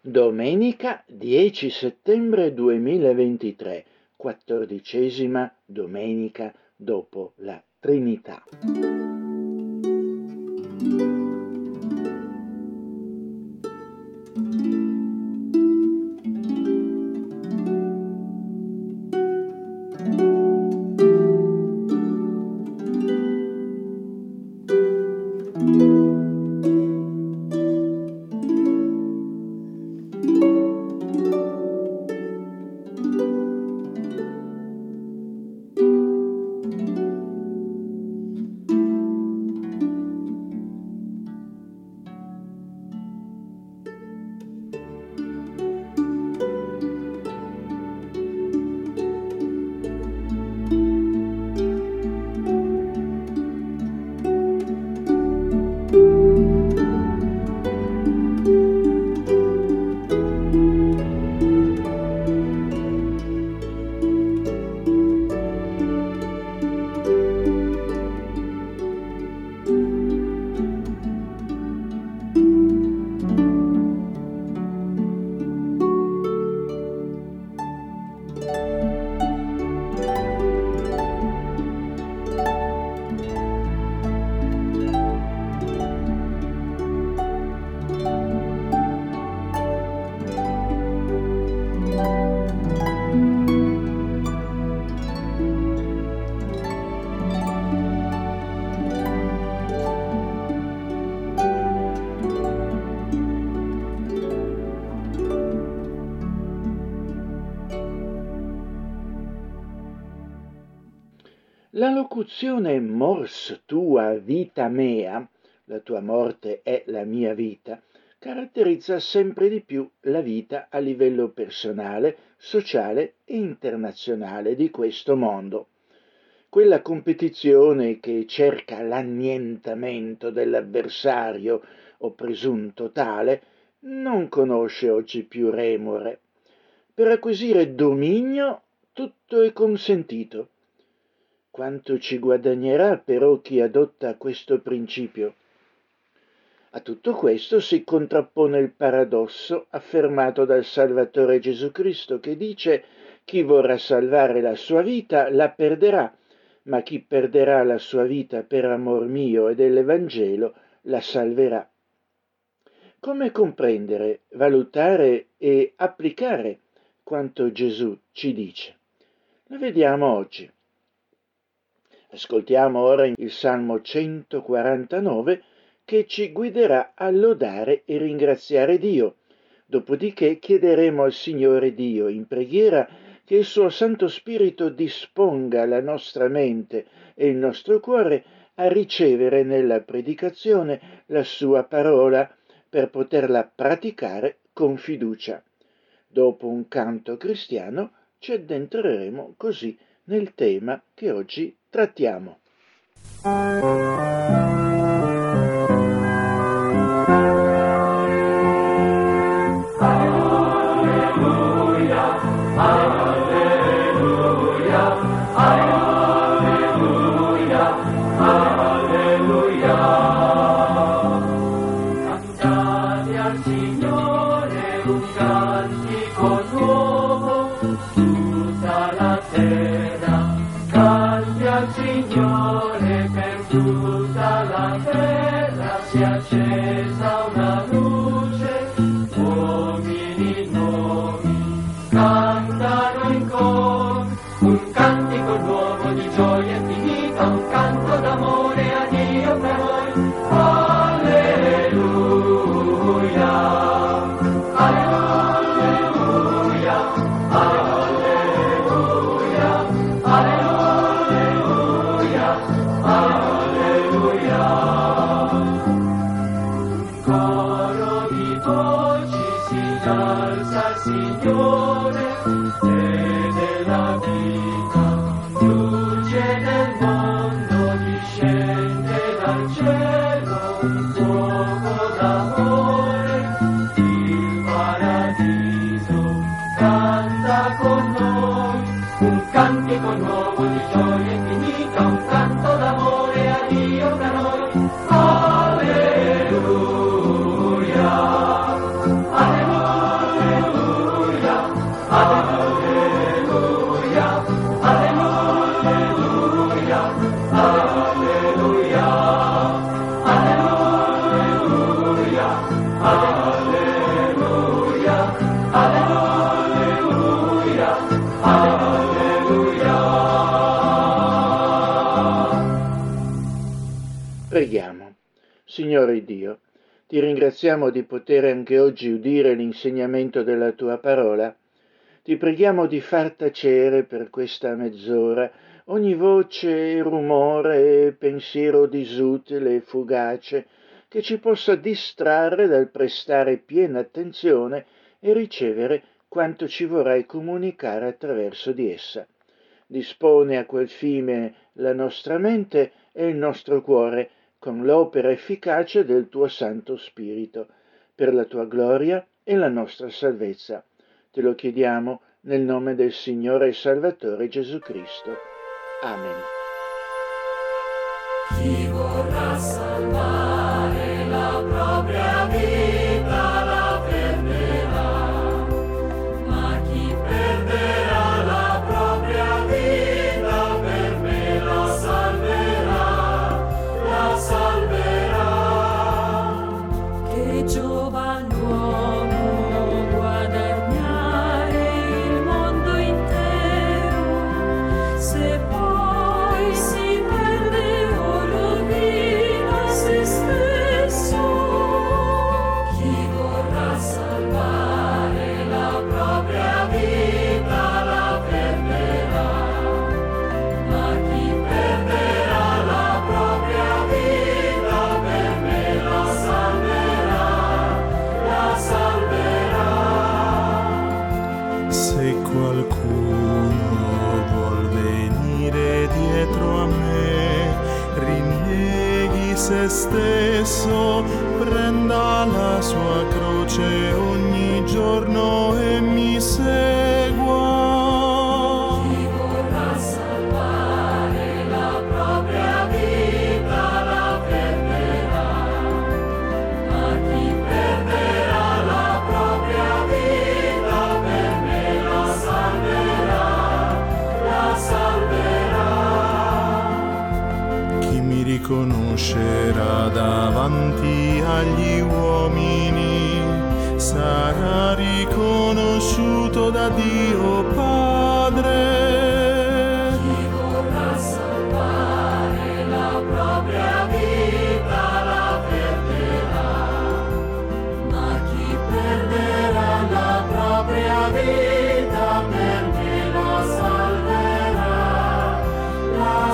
Domenica 10 settembre 2023, 14ª domenica dopo la Trinità. La locuzione mors tua vita mea, la tua morte è la mia vita, caratterizza sempre di più la vita a livello personale, sociale e internazionale di questo mondo. Quella competizione che cerca l'annientamento dell'avversario o presunto tale non conosce oggi più remore. Per acquisire dominio tutto è consentito. Quanto ci guadagnerà però chi adotta questo principio? A tutto questo si contrappone il paradosso affermato dal Salvatore Gesù Cristo che dice: chi vorrà salvare la sua vita la perderà, ma chi perderà la sua vita per amor mio e dell'Evangelo la salverà. Come comprendere, valutare e applicare quanto Gesù ci dice? Lo vediamo oggi. Ascoltiamo ora il Salmo 149 che ci guiderà a lodare e ringraziare Dio. Dopodiché chiederemo al Signore Dio in preghiera che il suo Santo Spirito disponga la nostra mente e il nostro cuore a ricevere nella predicazione la sua parola per poterla praticare con fiducia. Dopo un canto cristiano ci addentreremo così nel tema che oggi trattiamo. Signore, per tutta la terra si è accesa una luce, uomini nuovi cantano in coro, un cantico nuovo di gioia infinita, un canto d'amore a Dio per noi. Alleluia, alleluia, alleluia, alleluia, alleluia. Coro di voci si alza al Signore e della vita, luce del mondo discende dal cielo, un fuoco d'amore, il paradiso canta con noi, un cantico nuovo di gioia infinita, un canto d'amore a Dio per noi. Alleluia, alleluia, Signore Dio, ti ringraziamo di poter anche oggi udire l'insegnamento della tua parola. Ti preghiamo di far tacere per questa mezz'ora ogni voce, rumore e pensiero disutile e fugace che ci possa distrarre dal prestare piena attenzione e ricevere quanto ci vorrai comunicare attraverso di essa. Dispone a quel fine la nostra mente e il nostro cuore con l'opera efficace del tuo Santo Spirito, per la tua gloria e la nostra salvezza. Te lo chiediamo nel nome del Signore e Salvatore Gesù Cristo. Amen. Chi vorrà salvare la propria vita la perderà, ma chi perderà la propria vita per me la salverà, la salverà. Che giova l'uomo guadagnare il mondo intero, se poi si perde o rovina se stesso. Chi vorrà salvare la propria vita la perderà, ma chi perderà la propria vita per me la salverà, la salverà. Se qualcuno vuol venire dietro a me, rinneghi se stesso, prenda la sua croce ogni giorno e mi segua. Chi vorrà salvare la propria vita la perderà, ma chi perderà la propria vita per me la salverà, la salverà. Chi mi riconoscerà davanti agli uomini sarà riconosciuto da Dio Padre. Chi vorrà salvare la propria vita la perderà, ma chi perderà la propria vita per me la salverà, la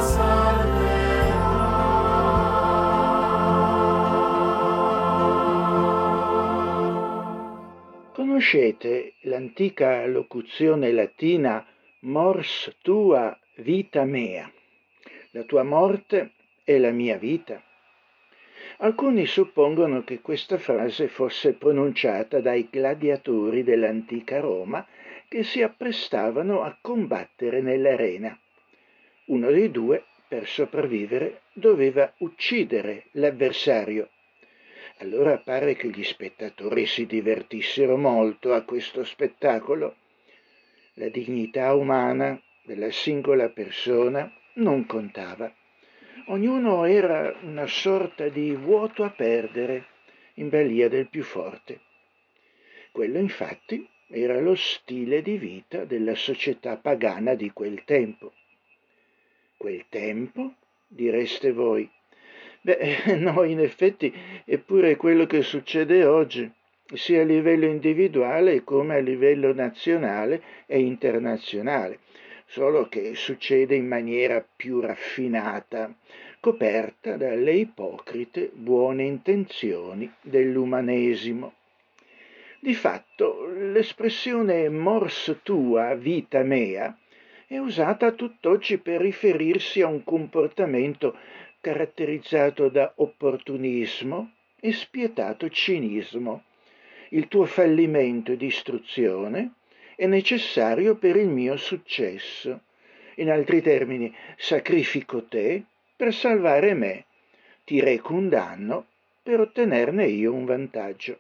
salverà. Conoscete l'antica locuzione latina mors tua vita mea? La tua morte è la mia vita. Alcuni suppongono che questa frase fosse pronunciata dai gladiatori dell'antica Roma che si apprestavano a combattere nell'arena. Uno dei due, per sopravvivere, doveva uccidere l'avversario. Allora pare che gli spettatori si divertissero molto a questo spettacolo. La dignità umana della singola persona non contava. Ognuno era una sorta di vuoto a perdere in balia del più forte. Quello infatti era lo stile di vita della società pagana di quel tempo. Quel tempo, direste voi? Beh, no, in effetti è pure quello che succede oggi, sia a livello individuale come a livello nazionale e internazionale, solo che succede in maniera più raffinata, coperta dalle ipocrite buone intenzioni dell'umanesimo. Di fatto, l'espressione mors tua, vita mea, è usata tutt'oggi per riferirsi a un comportamento caratterizzato da opportunismo e spietato cinismo. Il tuo fallimento e distruzione è necessario per il mio successo. In altri termini, sacrifico te per salvare me, ti reco un danno per ottenerne io un vantaggio.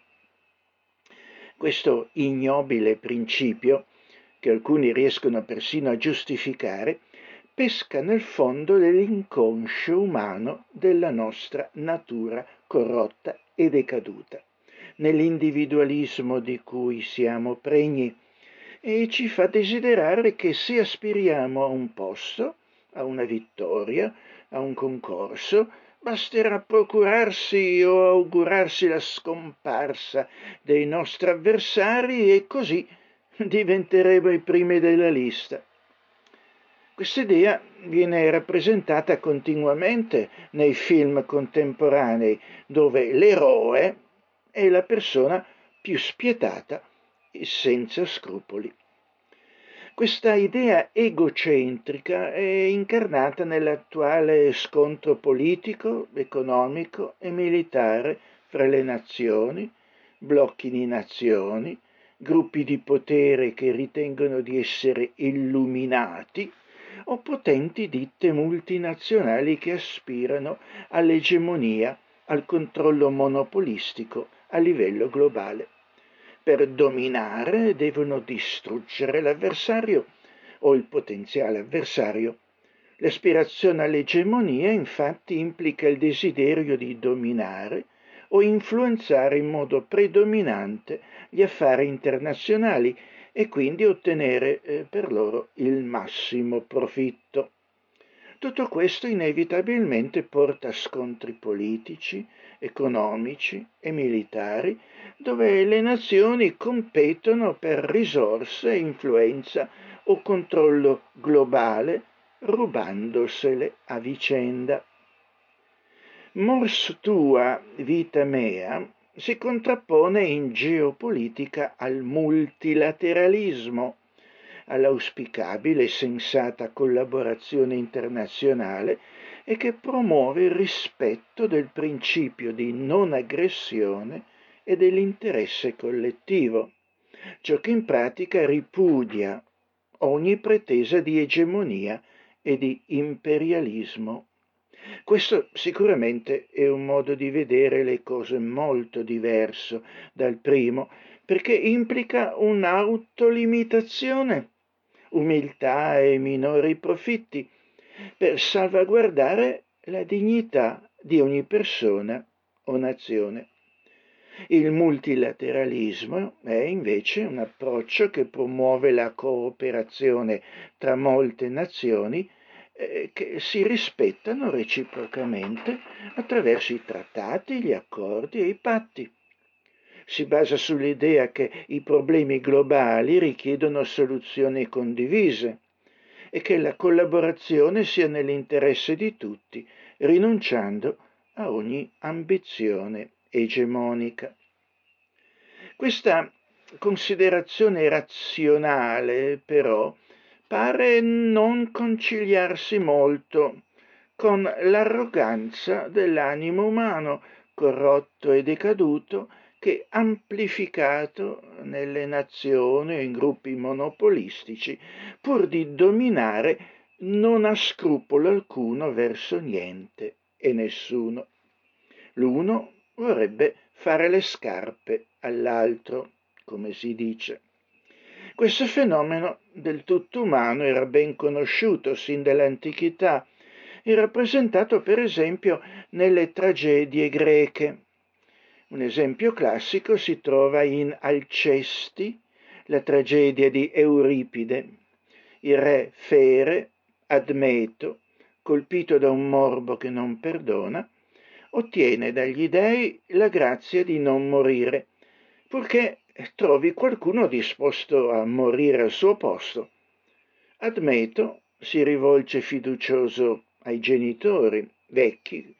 Questo ignobile principio, che alcuni riescono persino a giustificare, pesca nel fondo dell'inconscio umano della nostra natura corrotta e decaduta, nell'individualismo di cui siamo pregni, e ci fa desiderare che se aspiriamo a un posto, a una vittoria, a un concorso basterà procurarsi o augurarsi la scomparsa dei nostri avversari e così diventeremo i primi della lista. Questa idea viene rappresentata continuamente nei film contemporanei, dove l'eroe è la persona più spietata e senza scrupoli. Questa idea egocentrica è incarnata nell'attuale scontro politico, economico e militare fra le nazioni, blocchi di nazioni, gruppi di potere che ritengono di essere illuminati o potenti ditte multinazionali che aspirano all'egemonia, al controllo monopolistico a livello globale. Per dominare devono distruggere l'avversario o il potenziale avversario. L'aspirazione all'egemonia infatti implica il desiderio di dominare o influenzare in modo predominante gli affari internazionali e quindi ottenere per loro il massimo profitto. Tutto questo inevitabilmente porta a scontri politici, economici e militari, dove le nazioni competono per risorse, influenza o controllo globale, rubandosele a vicenda. Mors tua, vita mea si contrappone in geopolitica al multilateralismo, all'auspicabile e sensata collaborazione internazionale e che promuove il rispetto del principio di non aggressione e dell'interesse collettivo, ciò che in pratica ripudia ogni pretesa di egemonia e di imperialismo. Questo sicuramente è un modo di vedere le cose molto diverso dal primo, perché implica un'autolimitazione, umiltà e minori profitti, per salvaguardare la dignità di ogni persona o nazione. Il multilateralismo è invece un approccio che promuove la cooperazione tra molte nazioni che si rispettano reciprocamente attraverso i trattati, gli accordi e i patti. Si basa sull'idea che i problemi globali richiedono soluzioni condivise e che la collaborazione sia nell'interesse di tutti, rinunciando a ogni ambizione egemonica. Questa considerazione razionale, però, pare non conciliarsi molto con l'arroganza dell'animo umano corrotto e decaduto che, amplificato nelle nazioni o in gruppi monopolistici, pur di dominare, non ha scrupolo alcuno verso niente e nessuno. L'uno vorrebbe fare le scarpe all'altro, come si dice. Questo fenomeno del tutto umano era ben conosciuto sin dall'antichità e rappresentato per esempio nelle tragedie greche. Un esempio classico si trova in Alcesti, la tragedia di Euripide. Il re Fere, Admeto, colpito da un morbo che non perdona, ottiene dagli dei la grazia di non morire, purché trovi qualcuno disposto a morire al suo posto. Admeto si rivolge fiducioso ai genitori, vecchi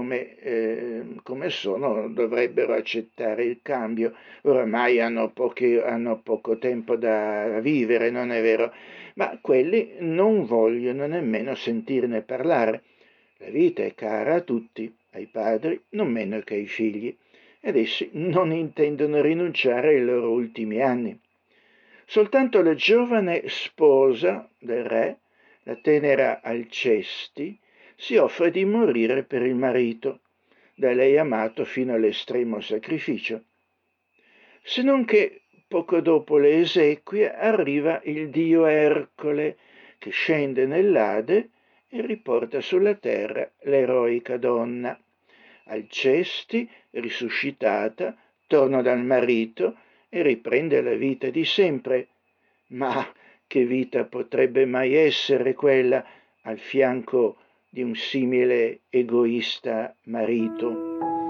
come sono, dovrebbero accettare il cambio. Oramai hanno poco tempo da vivere, non è vero? Ma quelli non vogliono nemmeno sentirne parlare. La vita è cara a tutti, ai padri non meno che ai figli, ed essi non intendono rinunciare ai loro ultimi anni. Soltanto la giovane sposa del re, la tenera Alcesti, si offre di morire per il marito, da lei amato fino all'estremo sacrificio. Se non che poco dopo le esequie arriva il dio Ercole, che scende nell'Ade e riporta sulla terra l'eroica donna. Alcesti, risuscitata, torna dal marito e riprende la vita di sempre. Ma che vita potrebbe mai essere quella al fianco di un simile egoista marito.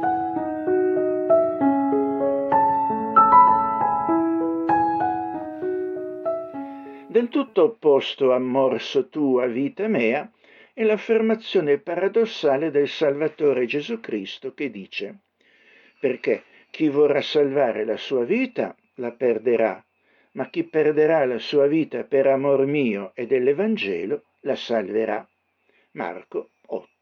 Del tutto opposto a mors tua, vita mea, è l'affermazione paradossale del Salvatore Gesù Cristo che dice: perché chi vorrà salvare la sua vita la perderà, ma chi perderà la sua vita per amor mio e dell'Evangelo la salverà. Marco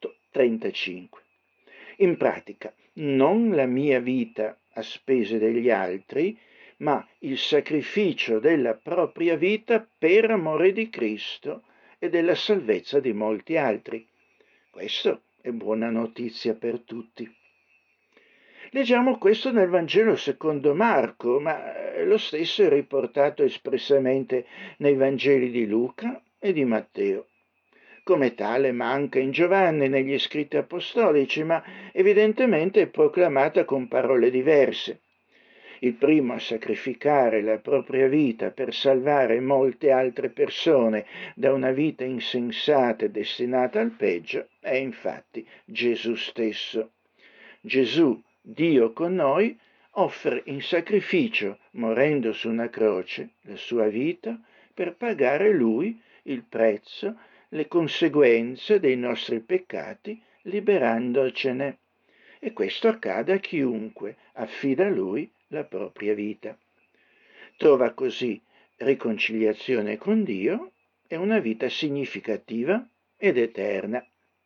8:35. In pratica, non la mia vita a spese degli altri, ma il sacrificio della propria vita per amore di Cristo e della salvezza di molti altri. Questo è buona notizia per tutti. Leggiamo questo nel Vangelo secondo Marco, ma lo stesso è riportato espressamente nei Vangeli di Luca e di Matteo. Come tale manca in Giovanni negli scritti apostolici, ma evidentemente è proclamata con parole diverse. Il primo a sacrificare la propria vita per salvare molte altre persone da una vita insensata e destinata al peggio è infatti Gesù stesso. Gesù, Dio con noi, offre in sacrificio, morendo su una croce, la sua vita per pagare Lui il prezzo, le conseguenze dei nostri peccati, liberandocene. E questo accade a chiunque affida a Lui la propria vita. Trova così riconciliazione con Dio e una vita significativa ed eterna.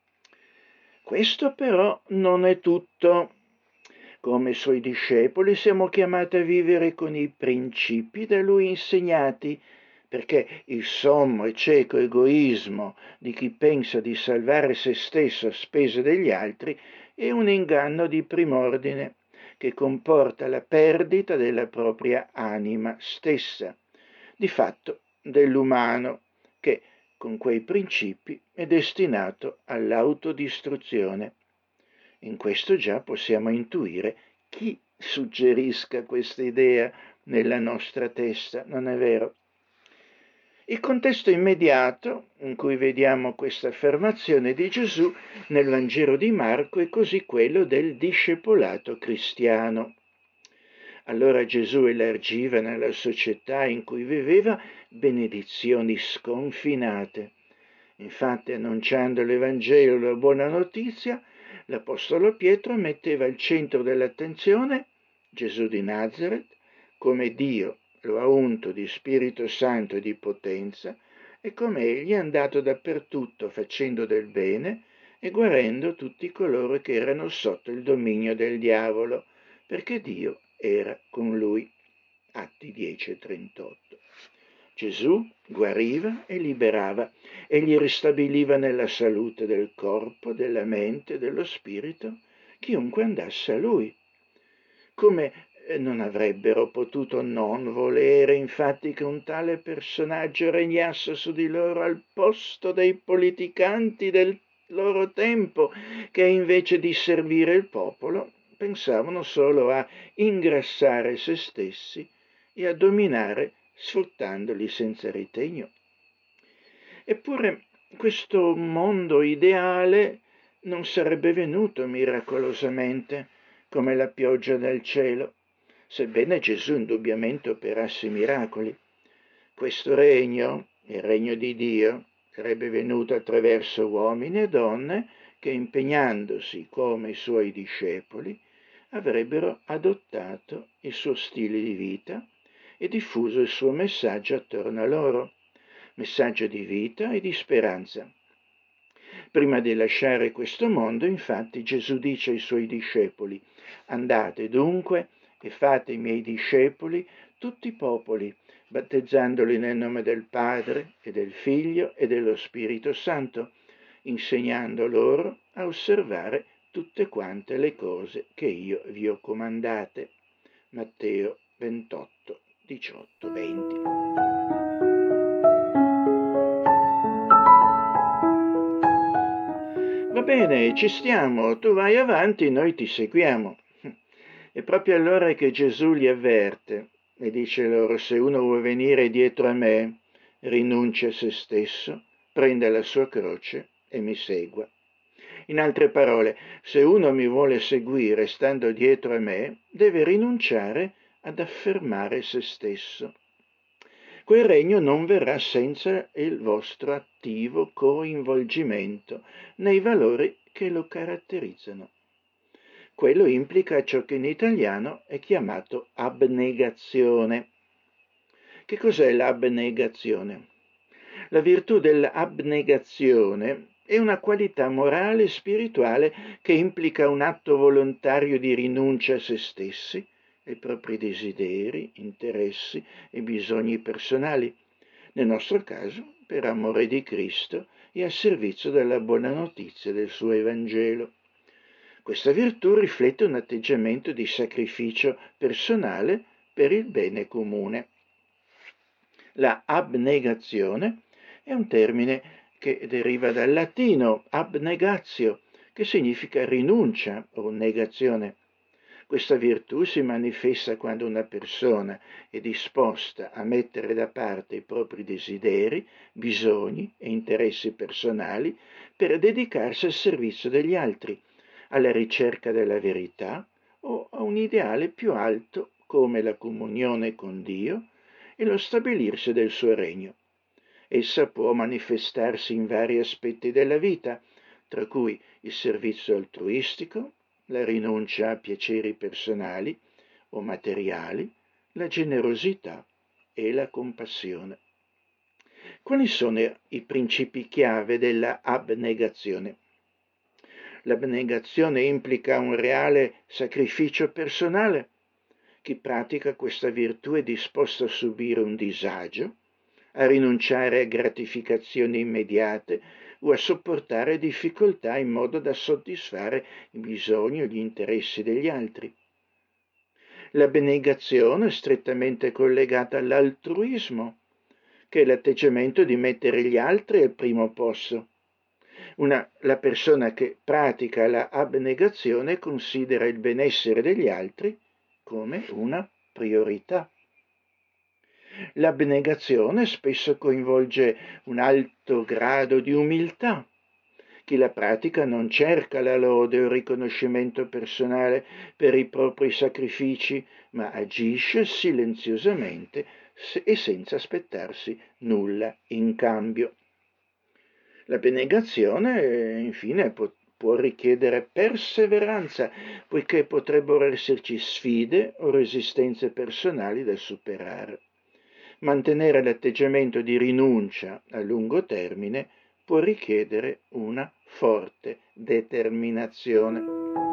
Questo però non è tutto. Come suoi discepoli siamo chiamati a vivere con i principi da Lui insegnati, perché il sommo e cieco egoismo di chi pensa di salvare se stesso a spese degli altri è un inganno di prim'ordine, che comporta la perdita della propria anima stessa, di fatto dell'umano, che con quei principi è destinato all'autodistruzione. In questo già possiamo intuire chi suggerisca questa idea nella nostra testa, non è vero? Il contesto immediato in cui vediamo questa affermazione di Gesù nel Vangelo di Marco è così quello del discepolato cristiano. Allora Gesù elargiva nella società in cui viveva benedizioni sconfinate. Infatti, annunciando l'Evangelo, la buona notizia, l'Apostolo Pietro metteva al centro dell'attenzione Gesù di Nazaret come Dio lo ha unto di Spirito Santo e di potenza, e come egli è andato dappertutto facendo del bene e guarendo tutti coloro che erano sotto il dominio del diavolo, perché Dio era con lui. Atti 10:38. Gesù guariva e liberava, egli ristabiliva nella salute del corpo, della mente, dello spirito, chiunque andasse a lui. Come non avrebbero potuto non volere, infatti, che un tale personaggio regnasse su di loro al posto dei politicanti del loro tempo, che invece di servire il popolo pensavano solo a ingrassare se stessi e a dominare sfruttandoli senza ritegno. Eppure questo mondo ideale non sarebbe venuto miracolosamente come la pioggia dal cielo, sebbene Gesù indubbiamente operasse miracoli. Questo regno, il regno di Dio, sarebbe venuto attraverso uomini e donne che, impegnandosi come i suoi discepoli, avrebbero adottato il suo stile di vita e diffuso il suo messaggio attorno a loro, messaggio di vita e di speranza. Prima di lasciare questo mondo, infatti, Gesù dice ai suoi discepoli: andate dunque e fate i miei discepoli tutti i popoli, battezzandoli nel nome del Padre e del Figlio e dello Spirito Santo, insegnando loro a osservare tutte quante le cose che io vi ho comandate. Matteo 28, 18, 20. Va bene, ci stiamo, tu vai avanti, noi ti seguiamo. È proprio allora che Gesù li avverte e dice loro: se uno vuole venire dietro a me, rinuncia a se stesso, prenda la sua croce e mi segua. In altre parole, se uno mi vuole seguire stando dietro a me, deve rinunciare ad affermare se stesso. Quel regno non verrà senza il vostro attivo coinvolgimento nei valori che lo caratterizzano. Quello implica ciò che in italiano è chiamato abnegazione. Che cos'è l'abnegazione? La virtù dell'abnegazione è una qualità morale e spirituale che implica un atto volontario di rinuncia a se stessi, ai propri desideri, interessi e bisogni personali, nel nostro caso per amore di Cristo e a servizio della buona notizia del suo Evangelo. Questa virtù riflette un atteggiamento di sacrificio personale per il bene comune. La abnegazione è un termine che deriva dal latino abnegatio, che significa rinuncia o negazione. Questa virtù si manifesta quando una persona è disposta a mettere da parte i propri desideri, bisogni e interessi personali per dedicarsi al servizio degli altri, alla ricerca della verità o a un ideale più alto come la comunione con Dio e lo stabilirsi del suo regno. Essa può manifestarsi in vari aspetti della vita, tra cui il servizio altruistico, la rinuncia a piaceri personali o materiali, la generosità e la compassione. Quali sono i principi chiave della abnegazione? L'abnegazione implica un reale sacrificio personale. Chi pratica questa virtù è disposto a subire un disagio, a rinunciare a gratificazioni immediate o a sopportare difficoltà in modo da soddisfare i bisogni o gli interessi degli altri. L'abnegazione è strettamente collegata all'altruismo, che è l'atteggiamento di mettere gli altri al primo posto. La persona che pratica l'abnegazione considera il benessere degli altri come una priorità. L'abnegazione spesso coinvolge un alto grado di umiltà. Chi la pratica non cerca la lode o il riconoscimento personale per i propri sacrifici, ma agisce silenziosamente e senza aspettarsi nulla in cambio. L'abnegazione, infine, può richiedere perseveranza, poiché potrebbero esserci sfide o resistenze personali da superare. Mantenere l'atteggiamento di rinuncia a lungo termine può richiedere una forte determinazione.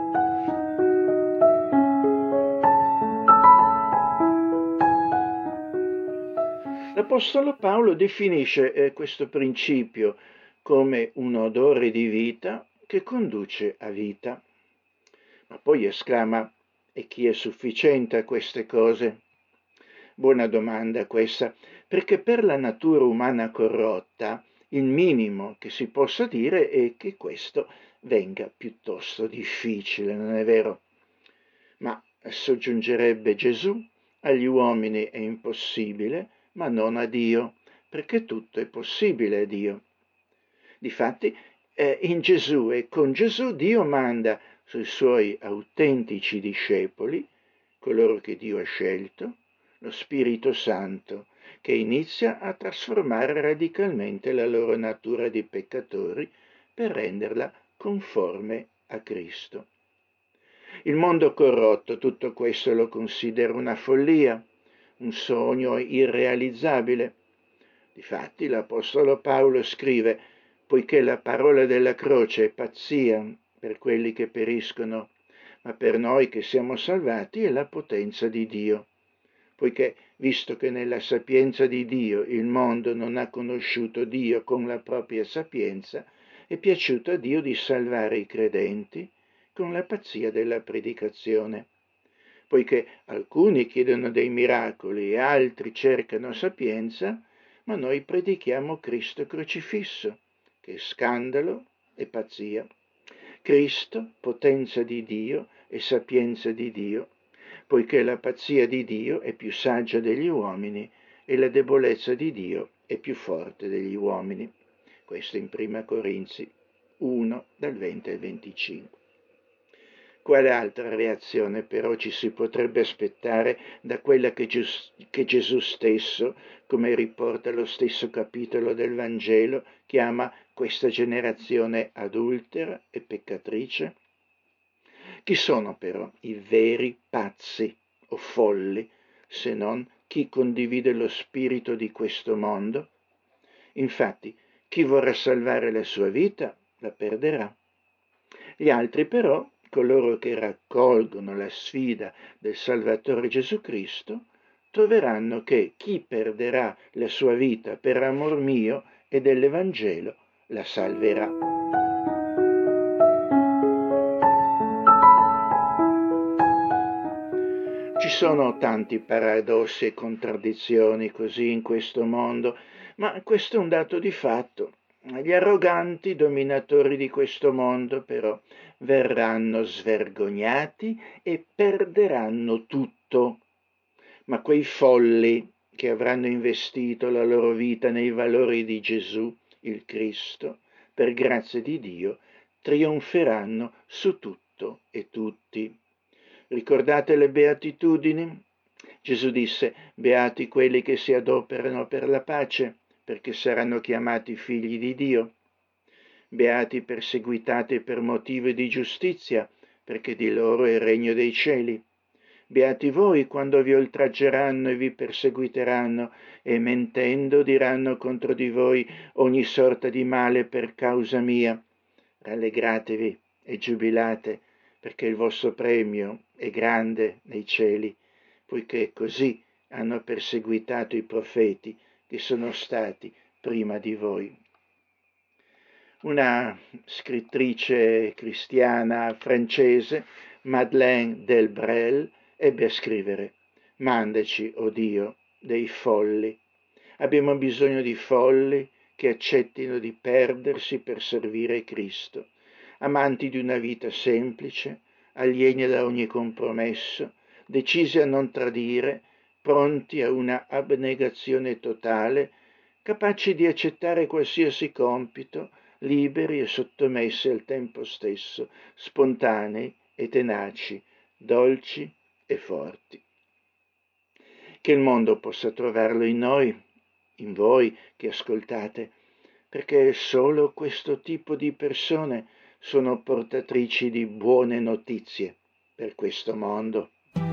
L'Apostolo Paolo definisce questo principio come un odore di vita che conduce a vita. Ma poi esclama: e chi è sufficiente a queste cose? Buona domanda questa, perché per la natura umana corrotta il minimo che si possa dire è che questo venga piuttosto difficile, non è vero? Ma soggiungerebbe Gesù, agli uomini è impossibile, ma non a Dio, perché tutto è possibile a Dio. Difatti, in Gesù e con Gesù Dio manda sui suoi autentici discepoli, coloro che Dio ha scelto, lo Spirito Santo, che inizia a trasformare radicalmente la loro natura di peccatori per renderla conforme a Cristo. Il mondo corrotto tutto questo lo considera una follia, un sogno irrealizzabile. Difatti l'Apostolo Paolo scrive: poiché la parola della croce è pazzia per quelli che periscono, ma per noi che siamo salvati è la potenza di Dio. Poiché, visto che nella sapienza di Dio il mondo non ha conosciuto Dio con la propria sapienza, è piaciuto a Dio di salvare i credenti con la pazzia della predicazione. Poiché alcuni chiedono dei miracoli e altri cercano sapienza, ma noi predichiamo Cristo crocifisso, che è scandalo e pazzia. Cristo, potenza di Dio e sapienza di Dio, poiché la pazzia di Dio è più saggia degli uomini e la debolezza di Dio è più forte degli uomini. Questo in Prima Corinzi 1 dal 20 al 25. Quale altra reazione però ci si potrebbe aspettare da quella che Gesù stesso, come riporta lo stesso capitolo del Vangelo, chiama questa generazione adultera e peccatrice? Chi sono però i veri pazzi o folli, se non chi condivide lo spirito di questo mondo? Infatti, chi vorrà salvare la sua vita la perderà. Gli altri però, coloro che raccolgono la sfida del Salvatore Gesù Cristo, troveranno che chi perderà la sua vita per amor mio e dell'Evangelo la salverà. Ci sono tanti paradossi e contraddizioni così in questo mondo, ma questo è un dato di fatto. Gli arroganti dominatori di questo mondo però verranno svergognati e perderanno tutto. Ma quei folli che avranno investito la loro vita nei valori di Gesù, il Cristo, per grazia di Dio, trionferanno su tutto e tutti. Ricordate le beatitudini? Gesù disse: beati quelli che si adoperano per la pace, perché saranno chiamati figli di Dio. Beati i perseguitati per motivi di giustizia, perché di loro è il regno dei cieli. Beati voi quando vi oltraggeranno e vi perseguiteranno, e mentendo diranno contro di voi ogni sorta di male per causa mia. Rallegratevi e giubilate, perché il vostro premio è grande nei cieli, poiché così hanno perseguitato i profeti che sono stati prima di voi. Una scrittrice cristiana francese, Madeleine Delbrel, ebbe a scrivere: mandaci, o Dio, dei folli. Abbiamo bisogno di folli che accettino di perdersi per servire Cristo, amanti di una vita semplice, alieni da ogni compromesso, decisi a non tradire, pronti a una abnegazione totale, capaci di accettare qualsiasi compito, liberi e sottomessi al tempo stesso, spontanei e tenaci, dolci e forti. Che il mondo possa trovarlo in noi, in voi che ascoltate, perché solo questo tipo di persone sono portatrici di buone notizie per questo mondo.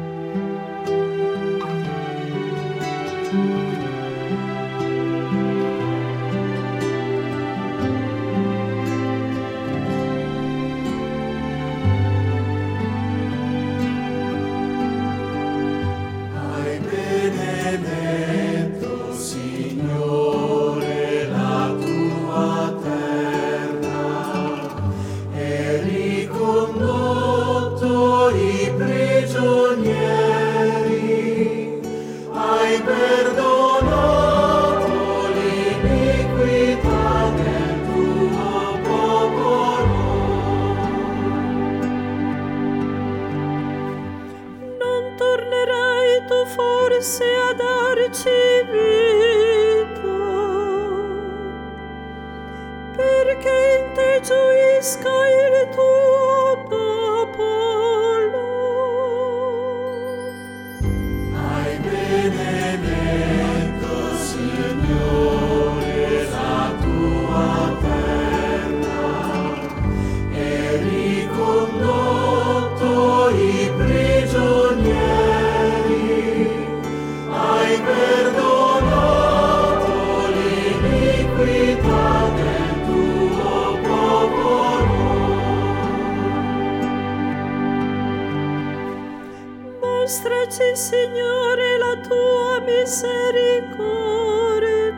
Mostraci, Signore, la tua misericordia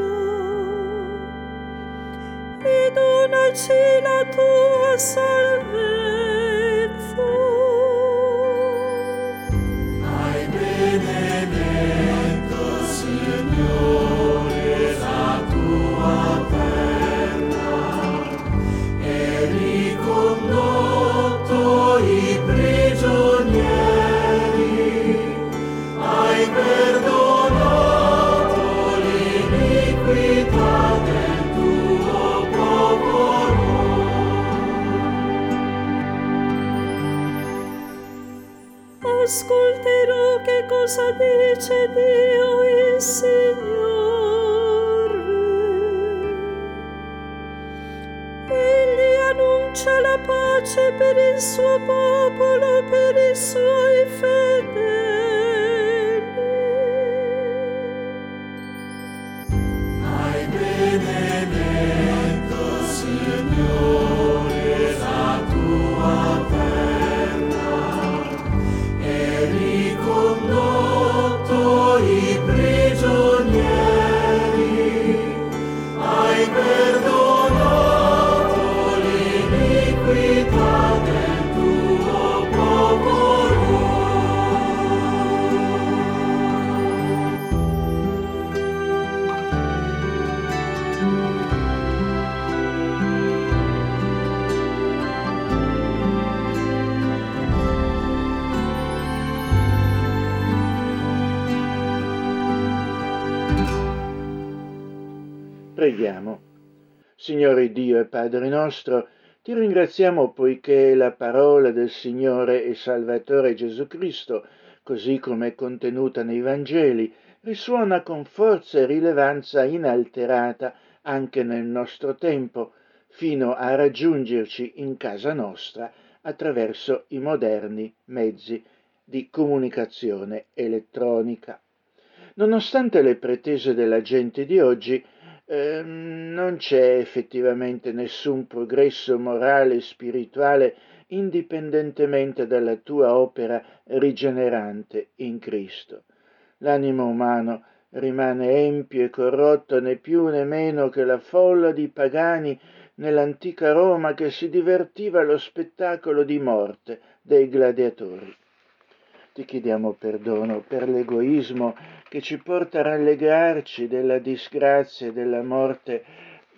e donaci la tua salvezza. Hai benedetto, Signore, la tua terra e ricondotto i prigionieri. Hai perdonato l'iniquità del tuo popolo. pace per il suo popolo, per i suoi fedeli. Hai benedetto, Signore, la tua terra e ricondotto i prigionieri. Hai perdonato l'iniquità del tuo popolo. Preghiamo. Signore Dio e Padre nostro, ti ringraziamo poiché la parola del Signore e Salvatore Gesù Cristo, così come è contenuta nei Vangeli, risuona con forza e rilevanza inalterata anche nel nostro tempo, fino a raggiungerci in casa nostra attraverso i moderni mezzi di comunicazione elettronica. Nonostante le pretese della gente di oggi, non c'è effettivamente nessun progresso morale e spirituale indipendentemente dalla tua opera rigenerante in Cristo. L'animo umano rimane empio e corrotto né più né meno che la folla di pagani nell'antica Roma che si divertiva allo spettacolo di morte dei gladiatori. Ti chiediamo perdono per l'egoismo che ci porta a rallegrarci della disgrazia e della morte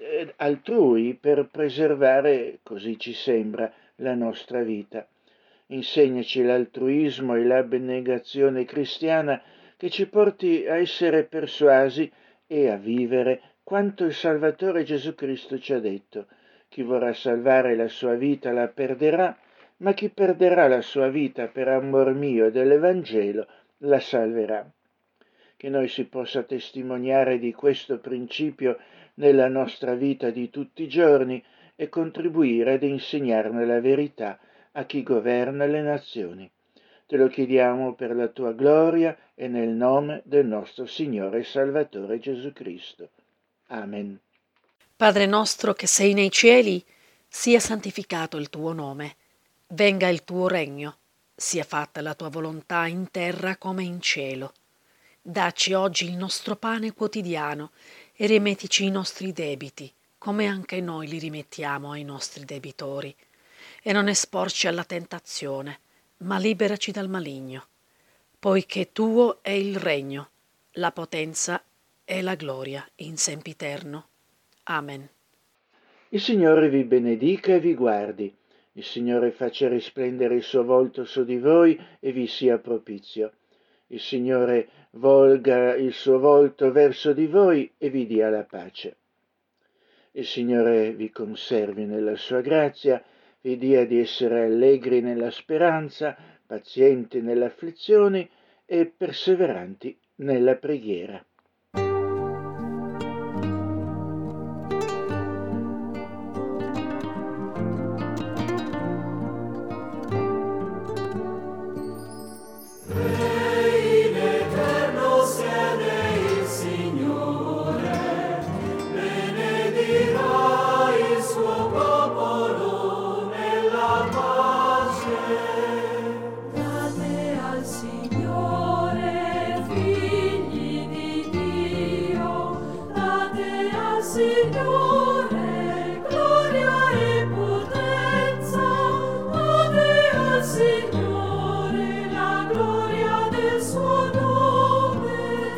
altrui per preservare, così ci sembra, la nostra vita. Insegnaci l'altruismo e l'abnegazione cristiana che ci porti a essere persuasi e a vivere quanto il Salvatore Gesù Cristo ci ha detto. Chi vorrà salvare la sua vita la perderà, ma chi perderà la sua vita per amor mio e dell'Evangelo la salverà. Che noi si possa testimoniare di questo principio nella nostra vita di tutti i giorni e contribuire ad insegnarne la verità a chi governa le nazioni. Te lo chiediamo per la tua gloria e nel nome del nostro Signore e Salvatore Gesù Cristo. Amen. Padre nostro che sei nei cieli, sia santificato il tuo nome. Venga il tuo regno, sia fatta la tua volontà in terra come in cielo. Dacci oggi il nostro pane quotidiano e rimettici i nostri debiti, come anche noi li rimettiamo ai nostri debitori. E non esporci alla tentazione, ma liberaci dal maligno, poiché tuo è il regno, la potenza e la gloria in sempiterno. Amen. Il Signore vi benedica e vi guardi. Il Signore faccia risplendere il suo volto su di voi e vi sia propizio. Il Signore volga il suo volto verso di voi e vi dia la pace. Il Signore vi conservi nella sua grazia, vi dia di essere allegri nella speranza, pazienti nelle afflizioni e perseveranti nella preghiera. Signore, gloria e potenza, date al Signore la gloria del suo nome.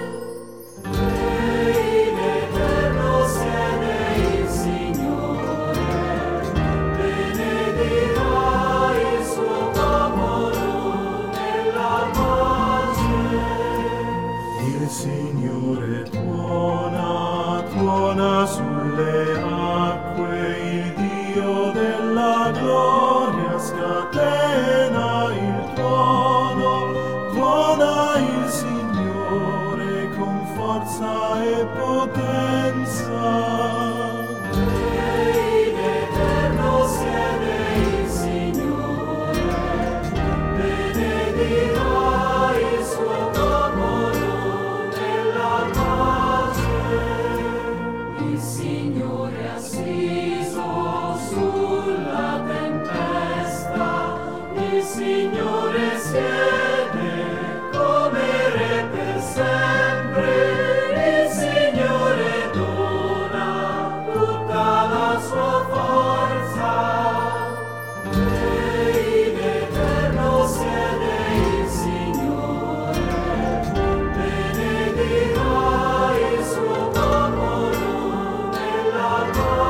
Re in eterno siede il Signore, benedirà il suo popolo nella pace. Il Signore tuona sulle acque, il Dio della gloria scatena il tuona il Signore con forza e potenza. Re in eterno siede il Signore, cuore